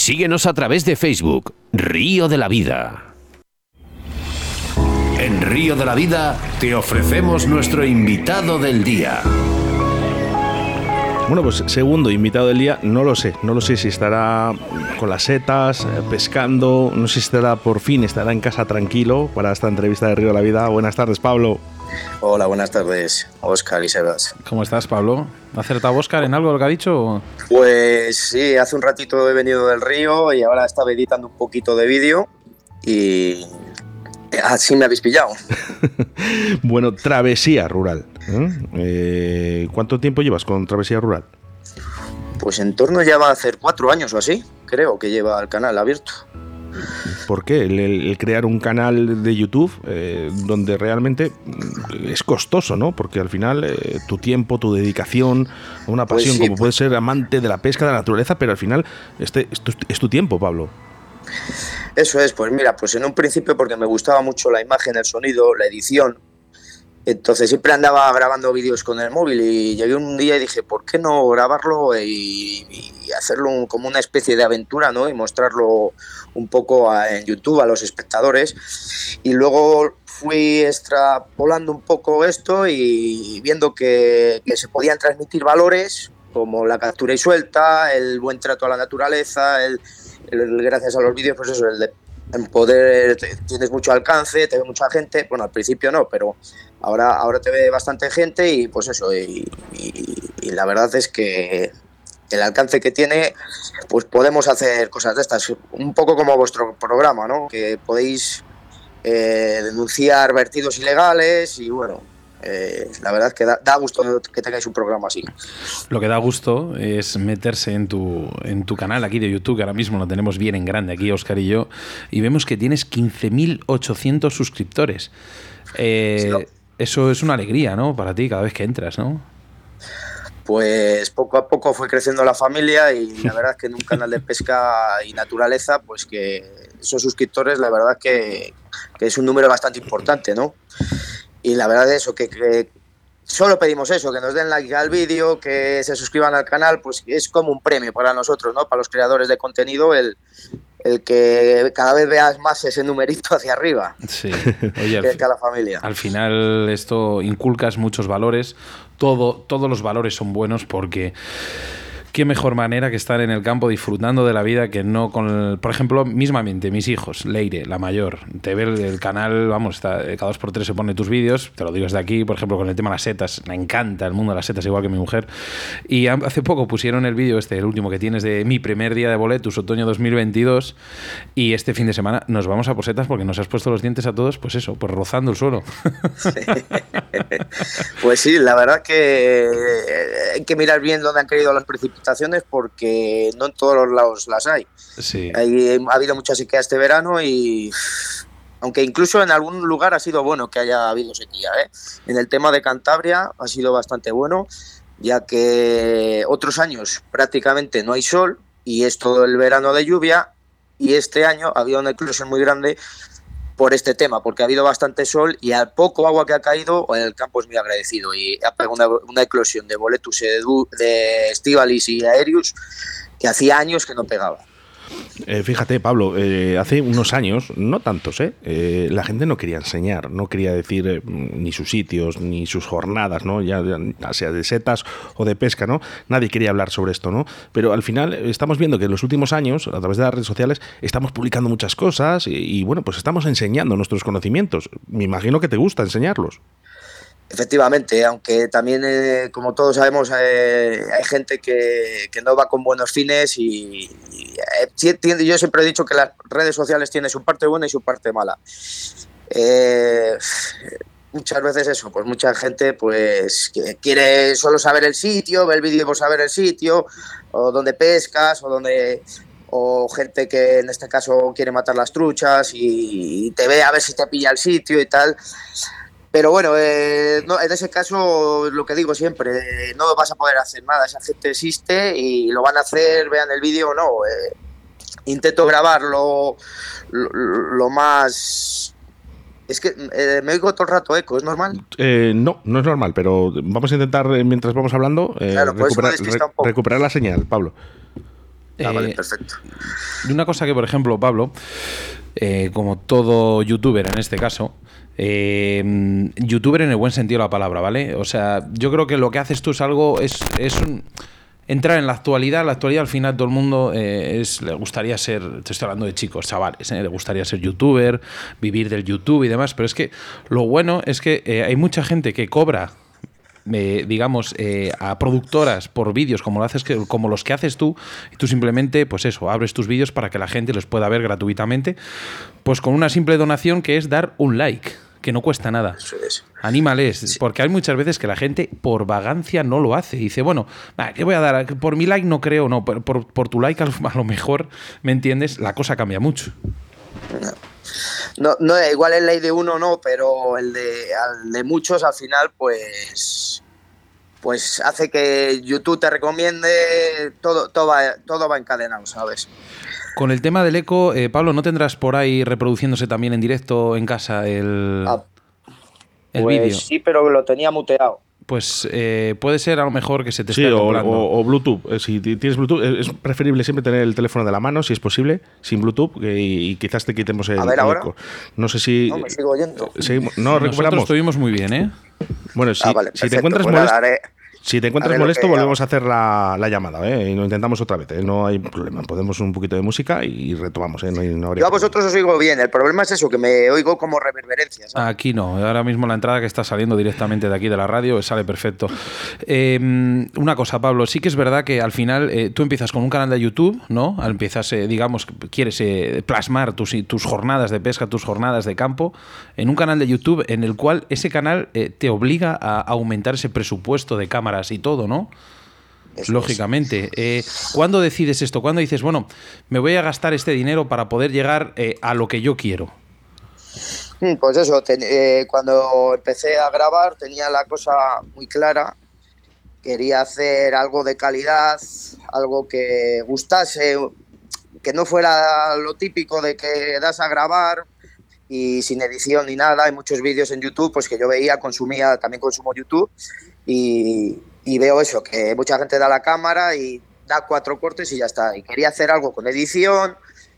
Síguenos a través de Facebook, Río de la Vida. En Río de la Vida te ofrecemos nuestro invitado del día. Bueno, pues segundo invitado del día, no lo sé si estará con las setas, pescando, no sé si estará en casa tranquilo para esta entrevista de Río de la Vida. Buenas tardes, Pablo. Hola, buenas tardes, Óscar y Sebas. ¿Cómo estás, Pablo? ¿Ha acertado Óscar en algo de lo que ha dicho? Pues sí, hace un ratito he venido del río y ahora estaba editando un poquito de vídeo y así me habéis pillado. Bueno, travesía rural. ¿Cuánto tiempo llevas con Travesía Rural? Pues en torno ya va a hacer 4 años o así, creo que lleva el canal abierto. ¿Por qué? El crear un canal de YouTube donde realmente es costoso, ¿no? Porque al final tu tiempo, tu dedicación, una pasión, pues sí, como puede ser amante de la pesca, de la naturaleza, pero al final es tu tiempo, Pablo. Eso es, pues mira, pues en un principio porque me gustaba mucho la imagen, el sonido, la edición. Entonces siempre andaba grabando vídeos con el móvil y llegué un día y dije, ¿por qué no grabarlo y hacerlo como una especie de aventura, ¿no? Y mostrarlo un poco en YouTube a los espectadores. Y luego fui extrapolando un poco esto y viendo que se podían transmitir valores como la captura y suelta, el buen trato a la naturaleza, gracias a los vídeos, pues eso, en poder, tienes mucho alcance, te ve mucha gente, bueno, al principio no, pero ahora te ve bastante gente y pues eso, y la verdad es que el alcance que tiene, pues podemos hacer cosas de estas, un poco como vuestro programa, ¿no? Que podéis denunciar vertidos ilegales y bueno, la verdad es que da gusto que tengáis un programa así. Lo que da gusto es meterse en tu canal aquí de YouTube, que ahora mismo lo tenemos bien en grande aquí, Óscar y yo, y vemos que tienes 15.800 suscriptores. Sí, ¿no? Eso es una alegría, ¿no? Para ti cada vez que entras, ¿no? Pues poco a poco fue creciendo la familia y la verdad es que en un canal de pesca y naturaleza, pues que esos suscriptores, la verdad que es un número bastante importante, ¿no? Y la verdad es eso, que solo pedimos eso, que nos den like al vídeo, que se suscriban al canal, pues es como un premio para nosotros, ¿no? Para los creadores de contenido, el que cada vez veas más ese numerito hacia arriba. Sí, oye, que a la familia. Al final esto inculcas muchos valores, todos los valores son buenos porque... Qué mejor manera que estar en el campo disfrutando de la vida que no con... Por ejemplo, mismamente, mis hijos, Leire, la mayor, te ve el canal, vamos, cada 2x3 se pone tus vídeos, te lo digo desde aquí, por ejemplo, con el tema de las setas, me encanta el mundo de las setas, igual que mi mujer, y hace poco pusieron el vídeo el último que tienes de mi primer día de Boletus, otoño 2022, y este fin de semana nos vamos a por setas porque nos has puesto los dientes a todos, pues eso, pues rozando el suelo. Sí. Pues sí, la verdad que hay que mirar bien dónde han caído las precipitaciones porque no en todos los lados las hay. Sí. Ha habido mucha sequía este verano y aunque incluso en algún lugar ha sido bueno que haya habido sequía, ¿eh? En el tema de Cantabria ha sido bastante bueno, ya que otros años prácticamente no hay sol y es todo el verano de lluvia, y este año ha habido una eclosión muy grande por este tema, porque ha habido bastante sol y al poco agua que ha caído, el campo es muy agradecido y ha pegado una eclosión de Boletus, de Estivalis y Aerius que hacía años que no pegaba. Fíjate, Pablo, hace unos años, no tantos, la gente no quería enseñar, no quería decir ni sus sitios, ni sus jornadas, ¿no? Ya sea de setas o de pesca, ¿no? Nadie quería hablar sobre esto, ¿no? Pero al final estamos viendo que en los últimos años, a través de las redes sociales, estamos publicando muchas cosas y bueno, pues estamos enseñando nuestros conocimientos. Me imagino que te gusta enseñarlos. Efectivamente, aunque también, como todos sabemos, hay gente que no va con buenos fines y yo siempre he dicho que las redes sociales tienen su parte buena y su parte mala. Muchas veces eso, pues mucha gente pues que quiere solo saber el sitio, ver el vídeo por saber el sitio, o dónde pescas, o gente que en este caso quiere matar las truchas y te ve a ver si te pilla el sitio y tal. Pero bueno, no, en ese caso, lo que digo siempre, no vas a poder hacer nada. Esa gente existe y lo van a hacer, vean el vídeo o no. Intento grabarlo lo más... Es que me oigo todo el rato eco, ¿es normal? No es normal, pero vamos a intentar, mientras vamos hablando, claro, recuperar la señal, Pablo. Vale, perfecto. Y una cosa que, por ejemplo, Pablo, como todo youtuber en este caso, youtuber en el buen sentido de la palabra, ¿vale? O sea, yo creo que lo que haces tú es algo, entrar en la actualidad al final todo el mundo le gustaría ser, te estoy hablando de chicos, chavales, le gustaría ser youtuber, vivir del YouTube y demás, pero es que lo bueno es que hay mucha gente que cobra, digamos, a productoras por vídeos como los que haces tú, y tú simplemente, pues eso, abres tus vídeos para que la gente los pueda ver gratuitamente, pues con una simple donación que es dar un like, que no cuesta nada. Eso es. Anímales, Sí. porque hay muchas veces que la gente por vagancia no lo hace. Y dice, bueno, ¿qué voy a dar? Por mi like no creo, no, por tu like a lo mejor, ¿me entiendes? La cosa cambia mucho. No, igual el ley de uno no, pero al de muchos al final pues hace que YouTube te recomiende, todo va encadenado, ¿sabes? Con el tema del eco, Pablo, ¿no tendrás por ahí reproduciéndose también en directo en casa el Pues vídeo? sí, pero lo tenía muteado. Pues puede ser a lo mejor que se te Sí, esté o acoplando. Bluetooth. Si tienes Bluetooth, es preferible siempre tener el teléfono de la mano, si es posible, sin Bluetooth, y quizás te quitemos el A ver, ahora. eco. No sé si... No, me sigo oyendo. No, Nosotros recuperamos. estuvimos muy bien, ¿eh? Bueno, si, Vale, si te perfecto, encuentras pues molesto... nada, haré- Si te encuentras haré lo molesto, que volvemos haga. a hacer la llamada, ¿eh? Y lo intentamos otra vez, ¿eh? No hay problema. Podemos un poquito de música y retomamos, ¿eh? No habría Yo a problema. vosotros os oigo bien, el problema es eso, que me oigo como reverberencias. ¿Sabes? Aquí no, ahora mismo la entrada que está saliendo directamente de aquí de la radio sale perfecto. Una cosa, Pablo, sí que es verdad que al final tú empiezas con un canal de YouTube, ¿no? Empiezas, digamos, quieres plasmar tus jornadas de pesca, tus jornadas de campo en un canal de YouTube en el cual ese canal te obliga a aumentar ese presupuesto de cámaras y todo, ¿no? Eso Lógicamente. ¿Cuándo decides esto? ¿Cuándo dices, bueno, me voy a gastar este dinero para poder llegar a lo que yo quiero? Pues eso, cuando empecé a grabar tenía la cosa muy clara. Quería hacer algo de calidad, algo que gustase, que no fuera lo típico de que das a grabar y sin edición ni nada. Hay muchos vídeos en YouTube pues que yo veía, consumía, también consumo YouTube y veo eso, que mucha gente da la cámara y da 4 cortes y ya está. Y quería hacer algo con edición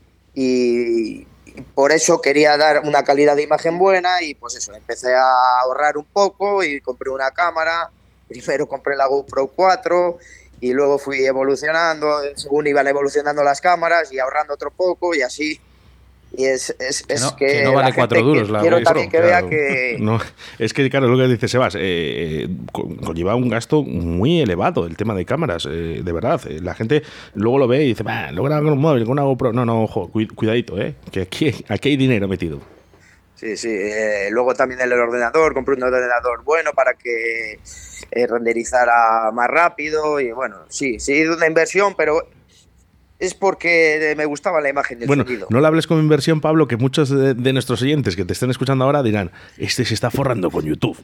y por eso quería dar una calidad de imagen buena y pues eso, empecé a ahorrar un poco y compré una cámara. Primero compré la GoPro 4 y luego fui evolucionando, según iban evolucionando las cámaras y ahorrando otro poco y así. Y que no vale la 4 gente duros la quiero GoPro, también que Claro. vea que... No, es que, claro, lo que dice Sebas, conlleva un gasto muy elevado el tema de cámaras, de verdad. La gente luego lo ve y dice, lo grabo con un móvil, con una GoPro. No, ojo, cuidadito, que aquí hay dinero metido. Sí, luego también el ordenador, compré un ordenador bueno para que renderizara más rápido y bueno, sí, una inversión, pero es porque me gustaba la imagen y el Bueno, sonido. no le hables como inversión, Pablo, que muchos de nuestros oyentes que te estén escuchando ahora dirán, este se está forrando con YouTube.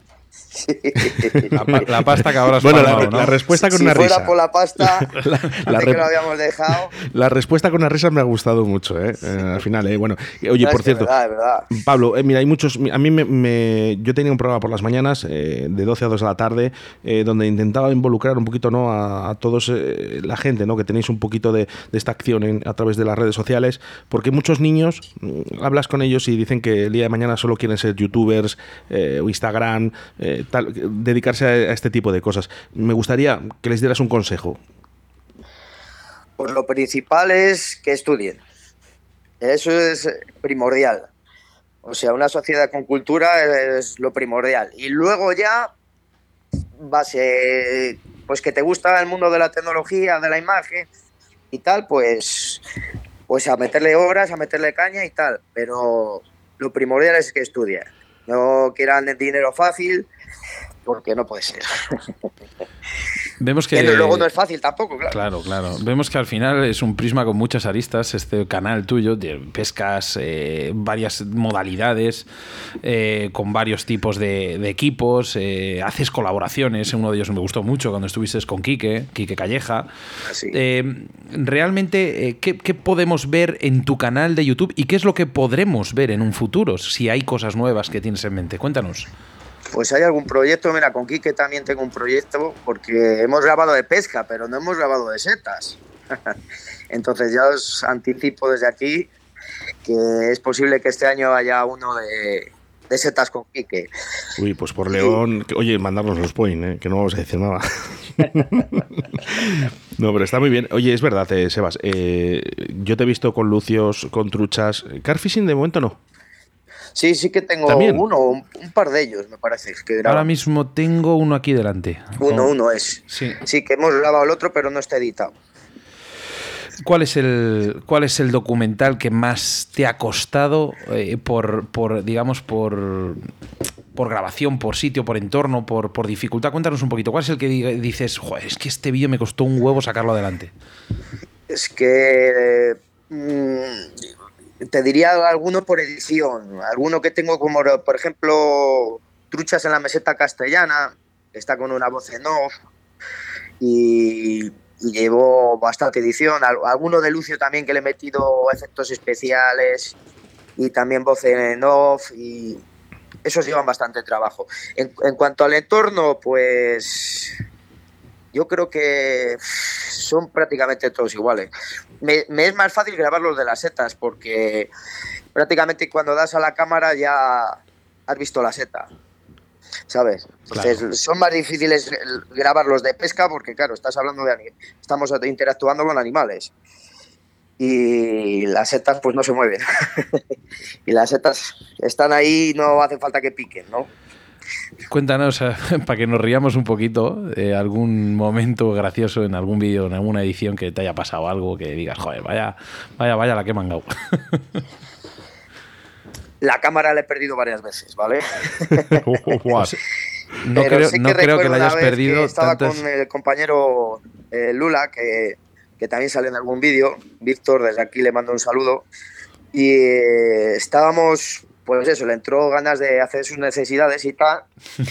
La pasta que ahora has Bueno, palmado, ¿no? la respuesta con Si una fuera risa. por la pasta, La hace re- que lo habíamos dejado. La respuesta con una risa me ha gustado mucho, al final, Bueno, oye, No, por es que cierto, es verdad. Pablo, mira, hay muchos. A mí yo tenía un programa por las mañanas, de 12 a 2 de la tarde, donde intentaba involucrar un poquito, ¿no?, a todos la gente, ¿no?, que tenéis un poquito de esta acción a través de las redes sociales, porque muchos niños, hablas con ellos y dicen que el día de mañana solo quieren ser youtubers o Instagram, dedicarse a este tipo de cosas. Me gustaría que les dieras un consejo. Pues lo principal es que estudien. Eso es primordial. O sea, una sociedad con cultura es lo primordial. Y luego ya, pues que te gusta el mundo de la tecnología, de la imagen y tal, pues a meterle horas, a meterle caña y tal. Pero lo primordial es que estudien. No quieran el dinero fácil, porque no puede ser. Vemos que luego no es fácil tampoco, claro. Claro. Vemos que al final es un prisma con muchas aristas, este canal tuyo, de pescas, varias modalidades, con varios tipos de equipos, haces colaboraciones, uno de ellos me gustó mucho cuando estuviste con Quique Calleja. Así. Realmente, ¿qué podemos ver en tu canal de YouTube y qué es lo que podremos ver en un futuro, si hay cosas nuevas que tienes en mente? Cuéntanos. Pues hay algún proyecto, con Quique también tengo un proyecto, porque hemos grabado de pesca, pero no hemos grabado de setas. Entonces ya os anticipo desde aquí que es posible que este año haya uno de setas con Quique. Uy, pues por León, oye, mandarnos los points, que no vamos a decir nada. No, pero está muy bien. Oye, es verdad, Sebas, yo te he visto con lucios, con truchas. Carfishing de momento no. Sí que tengo ¿También? un par de ellos, me parece. Que Ahora graban. mismo tengo uno aquí delante. Uno es. Sí. Sí, que hemos grabado el otro, pero no está editado. ¿Cuál es el documental que más te ha costado digamos, por grabación, por sitio, por entorno, por dificultad? Cuéntanos un poquito. ¿Cuál es el que dices, joder, es que este vídeo me costó un huevo sacarlo adelante? Es que te diría alguno por edición. Alguno que tengo como, por ejemplo, Truchas en la meseta castellana, que está con una voz en off. Y llevo bastante edición. Alguno de Lucio también, que le he metido efectos especiales y también voz en off, y esos llevan bastante trabajo. En cuanto al entorno, pues yo creo que son prácticamente todos iguales. Me es más fácil grabar los de las setas, porque prácticamente cuando das a la cámara ya has visto la seta, ¿sabes? Entonces, claro, son más difíciles grabar los de pesca, porque claro, estamos interactuando con animales y las setas pues no se mueven. Y las setas están ahí, no hace falta que piquen, ¿no? Cuéntanos, para que nos riamos un poquito, algún momento gracioso en algún vídeo, en alguna edición, que te haya pasado algo, que digas, joder, vaya la que he mangado. La cámara la he perdido varias veces, ¿vale? No creo que la hayas perdido. Estaba con el compañero Lula, que también sale en algún vídeo. Víctor, desde aquí le mando un saludo. Y estábamos, pues eso, le entró ganas de hacer sus necesidades y tal.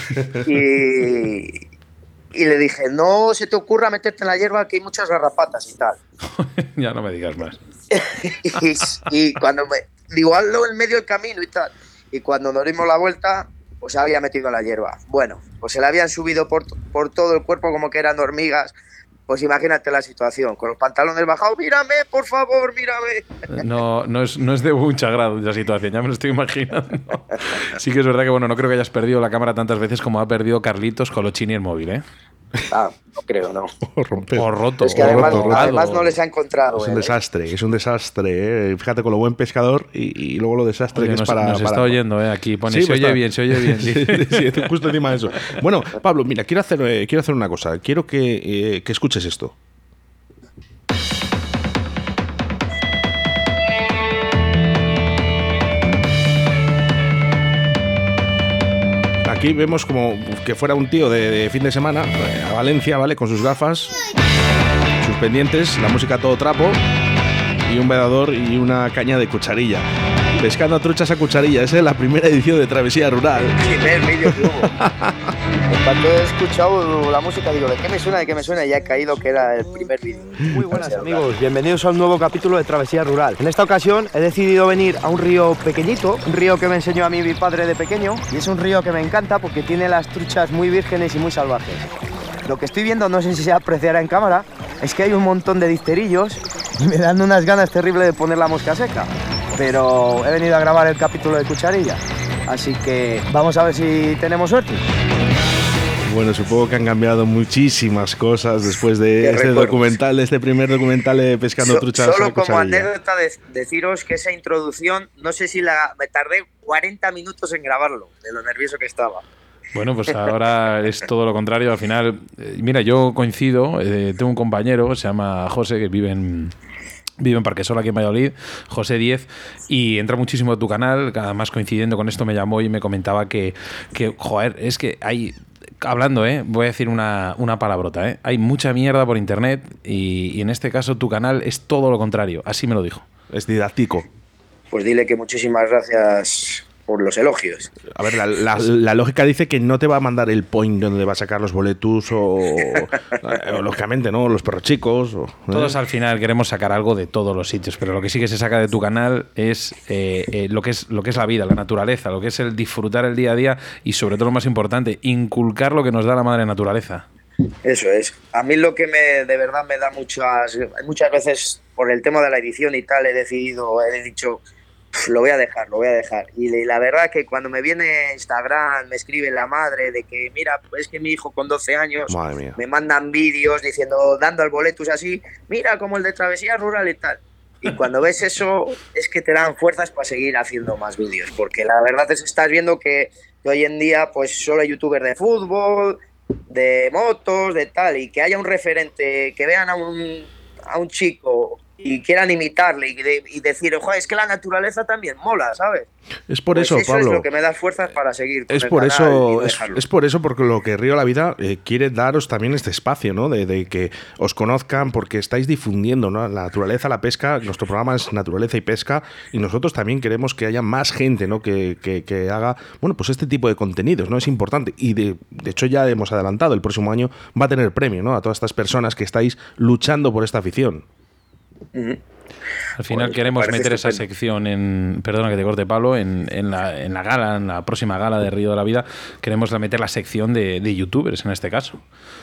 Y le dije, no se te ocurra meterte en la hierba, que hay muchas garrapatas y tal. Ya no me digas más. y cuando digo, hazlo en medio del camino y tal. Y cuando nos dimos la vuelta, pues se había metido en la hierba. Bueno, pues se le habían subido por todo el cuerpo como que eran hormigas. Pues imagínate la situación, con los pantalones bajados, mírame, por favor, mírame. No es de mucho agrado la situación, ya me lo estoy imaginando. Sí que es verdad que, bueno, no creo que hayas perdido la cámara tantas veces como ha perdido Carlitos Colochini el móvil, ¿eh? Ah, no creo, no. O roto. Es que además no les ha encontrado. Es un desastre, ¿eh? Fíjate, con lo buen pescador y luego lo desastre. Oye, que es para... Nos está oyendo, aquí pone, sí, se oye bien. Sí, justo encima de eso. Bueno, Pablo, mira, quiero hacer una cosa. Quiero que escuches esto. Aquí vemos como que fuera un tío de fin de semana a Valencia, ¿vale? Con sus gafas, sus pendientes, la música a todo trapo y un vedador y una caña de cucharilla. Pescando a truchas a cucharilla. Esa es la primera edición de Travesía Rural. El primer vídeo que hubo. En cuanto he escuchado la música, digo, ¿de qué me suena? Y ya he caído que era el primer vídeo. Muy buenas, amigos, bienvenidos a un nuevo capítulo de Travesía Rural. En esta ocasión he decidido venir a un río pequeñito, un río que me enseñó a mí mi padre de pequeño, y es un río que me encanta porque tiene las truchas muy vírgenes y muy salvajes. Lo que estoy viendo, no sé si se apreciará en cámara, es que hay un montón de difterillos y me dan unas ganas terribles de poner la mosca seca. Pero he venido a grabar el capítulo de cucharilla, así que vamos a ver si tenemos suerte. Bueno, supongo que han cambiado muchísimas cosas después de este primer documental de Pescando Truchas. Solo como anécdota deciros que esa introducción, no sé si me tardé 40 minutos en grabarlo, de lo nervioso que estaba. Bueno, pues ahora es todo lo contrario. Al final, mira, yo coincido, tengo un compañero, se llama José, que vive en Parquesol, aquí en Valladolid, José 10, y entra muchísimo a tu canal. Además, coincidiendo con esto, me llamó y me comentaba que joder, es que hay... Hablando, voy a decir una palabrota, hay mucha mierda por internet y en este caso tu canal es todo lo contrario. Así me lo dijo. Es didáctico. Pues dile que muchísimas gracias por los elogios. A ver, la lógica dice que no te va a mandar el point donde va a sacar los boletus o lógicamente, ¿no? Los perros chicos. Todos al final queremos sacar algo de todos los sitios, pero lo que sí que se saca de tu canal es lo que es la vida, la naturaleza, lo que es el disfrutar el día a día y sobre todo lo más importante, inculcar lo que nos da la madre naturaleza. Eso es. A mí lo que de verdad me da muchas veces por el tema de la edición y tal, he dicho, lo voy a dejar. Y la verdad que cuando me viene Instagram, me escribe la madre de que, mira, es que mi hijo con 12 años me mandan vídeos diciendo, dando al boletus así, mira, como el de Travesía Rural y tal. Y cuando ves eso, es que te dan fuerzas para seguir haciendo más vídeos, porque la verdad es que estás viendo que hoy en día pues solo hay youtubers de fútbol, de motos, de tal, y que haya un referente, que vean a un chico y quieran imitarle y decir, ojo, es que la naturaleza también mola, ¿sabes? Es por pues eso, eso Pablo. Es lo que me da fuerzas para seguir con es el por canal eso, y no dejarlo. es por eso porque lo que Río La Vida quiere daros también este espacio, ¿no? De que os conozcan, porque estáis difundiendo, ¿no?, la naturaleza, la pesca. Nuestro programa es Naturaleza y Pesca, y nosotros también queremos que haya más gente, ¿no?, que haga, bueno, pues este tipo de contenidos, ¿no? Es importante. Y de hecho ya hemos adelantado, el próximo año va a tener premio, ¿no?, a todas estas personas que estáis luchando por esta afición. Al final pues queremos meter estupendo. esa sección perdona que te corte, Pablo, en la gala, en la próxima gala de Río de la Vida, queremos meter la sección de youtubers en este caso.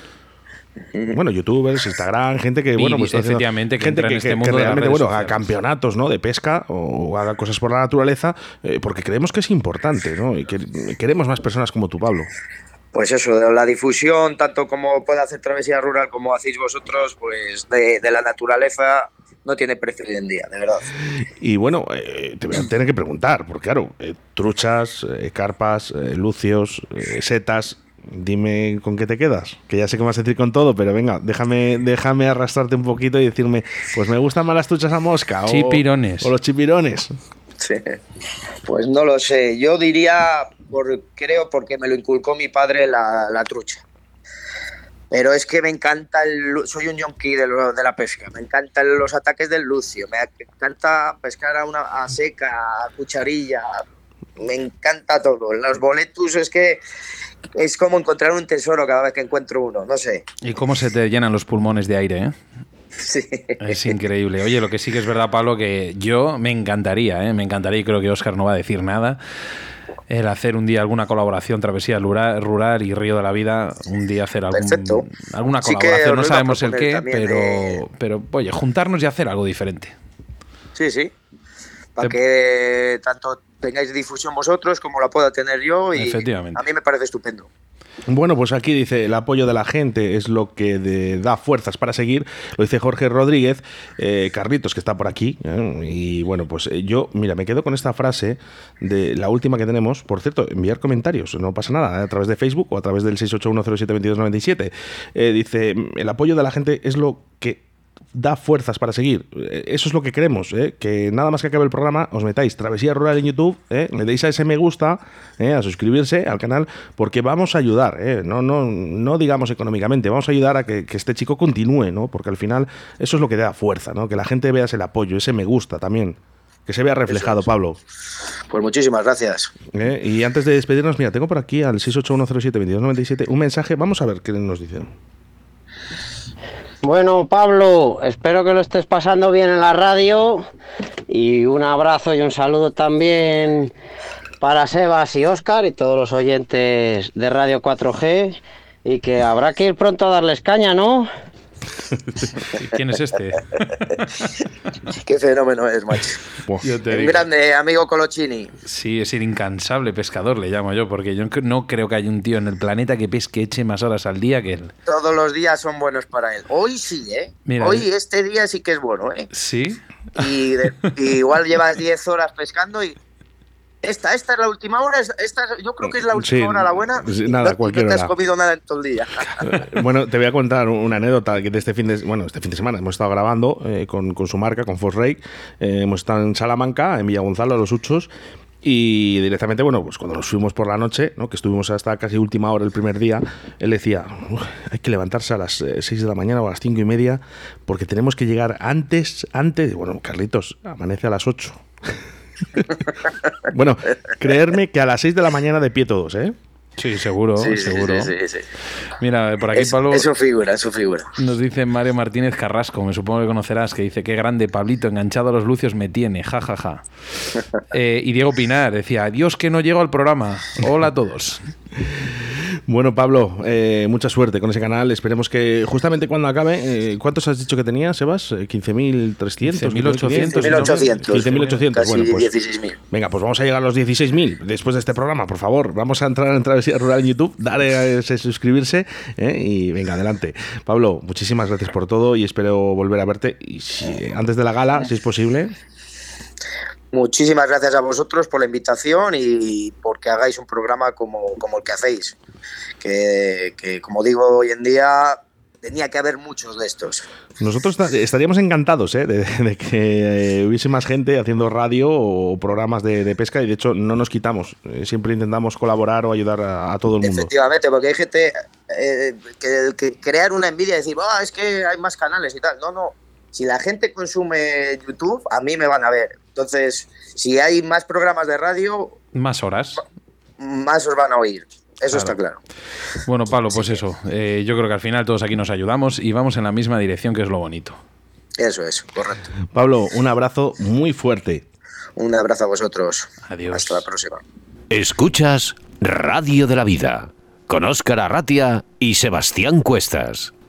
Bueno, youtubers, Instagram, gente que, bueno, pues efectivamente, que gente entra en este mundo que de las realmente, redes bueno, haga sociales. campeonatos, ¿no?, de pesca o haga cosas por la naturaleza, porque creemos que es importante, ¿no? Y que queremos más personas como tú, Pablo. Pues eso, de la difusión, tanto como puede hacer Travesía Rural como hacéis vosotros, pues de la naturaleza no tiene precio hoy en día, de verdad. Y bueno, te voy a tener que preguntar, porque claro, truchas, carpas, lucios, setas, dime con qué te quedas, que ya sé que me vas a decir con todo, pero venga, déjame arrastrarte un poquito y decirme, pues me gustan más las truchas a mosca Chipirones. o los chipirones. Sí. Pues no lo sé, yo diría, creo porque me lo inculcó mi padre la trucha. Pero es que me encanta, soy un yonki de la pesca, me encantan los ataques del lucio, me encanta pescar a seca, a cucharilla, me encanta todo. Los boletus es que es como encontrar un tesoro cada vez que encuentro uno, no sé. Y cómo se te llenan los pulmones de aire, ¿eh? Sí. Es increíble. Oye, lo que sí que es verdad, Pablo, que yo me encantaría, y creo que Óscar no va a decir nada, el hacer un día alguna colaboración, Travesía Rural y Río de la Vida, un día hacer alguna Sí, colaboración, no sabemos el qué, también, pero oye, juntarnos y hacer algo diferente. Sí, para que tanto tengáis difusión vosotros como la pueda tener yo, y efectivamente. A mí me parece estupendo. Bueno, pues aquí dice, el apoyo de la gente es lo que da fuerzas para seguir, lo dice Jorge Rodríguez, Carlitos, que está por aquí, y bueno, pues yo, mira, me quedo con esta frase de la última que tenemos. Por cierto, enviar comentarios, no pasa nada, a través de Facebook o a través del 681072297. Dice, el apoyo de la gente es lo que da fuerzas para seguir. Eso es lo que queremos, que nada más que acabe el programa os metáis Travesía Rural en YouTube, le deis a ese me gusta, a suscribirse al canal, porque vamos a ayudar, no digamos económicamente, vamos a ayudar a que este chico continúe, ¿no? Porque al final eso es lo que da fuerza, ¿no? Que la gente vea ese apoyo, ese me gusta también, que se vea reflejado, Pablo. Pues muchísimas gracias. Y antes de despedirnos, mira, tengo por aquí al 681072297 un mensaje, vamos a ver qué nos dicen. Bueno, Pablo, espero que lo estés pasando bien en la radio, y un abrazo y un saludo también para Sebas y Óscar y todos los oyentes de Radio 4G, y que habrá que ir pronto a darles caña, ¿no? ¿Quién es este? Qué fenómeno es, macho. Yo te Un digo. grande amigo Colochini. Sí, es el incansable pescador, le llamo yo, porque yo no creo que haya un tío en el planeta que pesque eche más horas al día que él. Todos los días son buenos para él. Hoy sí, Mira, hoy este día sí que es bueno, Sí. Y igual llevas 10 horas pescando y esta es la última hora, yo creo que es la última hora la buena. Sí, nada, no, cualquier no te has hora. comido nada en todo el día. Bueno, te voy a contar una anécdota que de este fin de semana hemos estado grabando con su marca, con Fosrake. Hemos estado en Salamanca, en Villagonzalo, Los Uchos, y directamente, bueno, pues cuando nos fuimos por la noche, ¿no?, que estuvimos hasta casi última hora el primer día, él decía, hay que levantarse a las 6 de la mañana o a las 5:30 porque tenemos que llegar antes, bueno, Carlitos, amanece a las 8. Bueno, creerme que a las 6 de la mañana de pie todos, ¿eh? Sí, seguro, Sí. Mira, por aquí, Pablo, Eso figura. nos dice Mario Martínez Carrasco, me supongo que conocerás, que dice, qué grande Pablito, enganchado a los lucios me tiene, jajaja. Y Diego Pinar decía, adiós que no llego al programa. Hola a todos. Bueno, Pablo, mucha suerte con ese canal. Esperemos que justamente cuando acabe, ¿cuántos has dicho que tenía, Sebas? 15.300. 15.800. 15.800. Bueno, pues 16.000. venga, pues vamos a llegar a los 16.000 después de este programa, por favor. Vamos a entrar en Travesía Rural en YouTube, darle a ese suscribirse y venga, adelante. Pablo, muchísimas gracias por todo y espero volver a verte y antes de la gala, si es posible. Muchísimas gracias a vosotros por la invitación y porque hagáis un programa como el que hacéis. Que como digo, hoy en día tenía que haber muchos de estos. Nosotros estaríamos encantados de que hubiese más gente haciendo radio o programas de pesca y de hecho no nos quitamos. Siempre intentamos colaborar o ayudar a todo el mundo. Efectivamente, porque hay gente que crear una envidia y decir, es que hay más canales y tal. No. Si la gente consume YouTube, a mí me van a ver. Entonces, si hay más programas de radio... Más horas. Más os van a oír. Eso está claro. Bueno, Pablo, pues eso. Yo creo que al final todos aquí nos ayudamos y vamos en la misma dirección, que es lo bonito. Eso es, correcto. Pablo, un abrazo muy fuerte. Un abrazo a vosotros. Adiós. Hasta la próxima. Escuchas Radio de la Vida con Óscar Arratia y Sebastián Cuestas.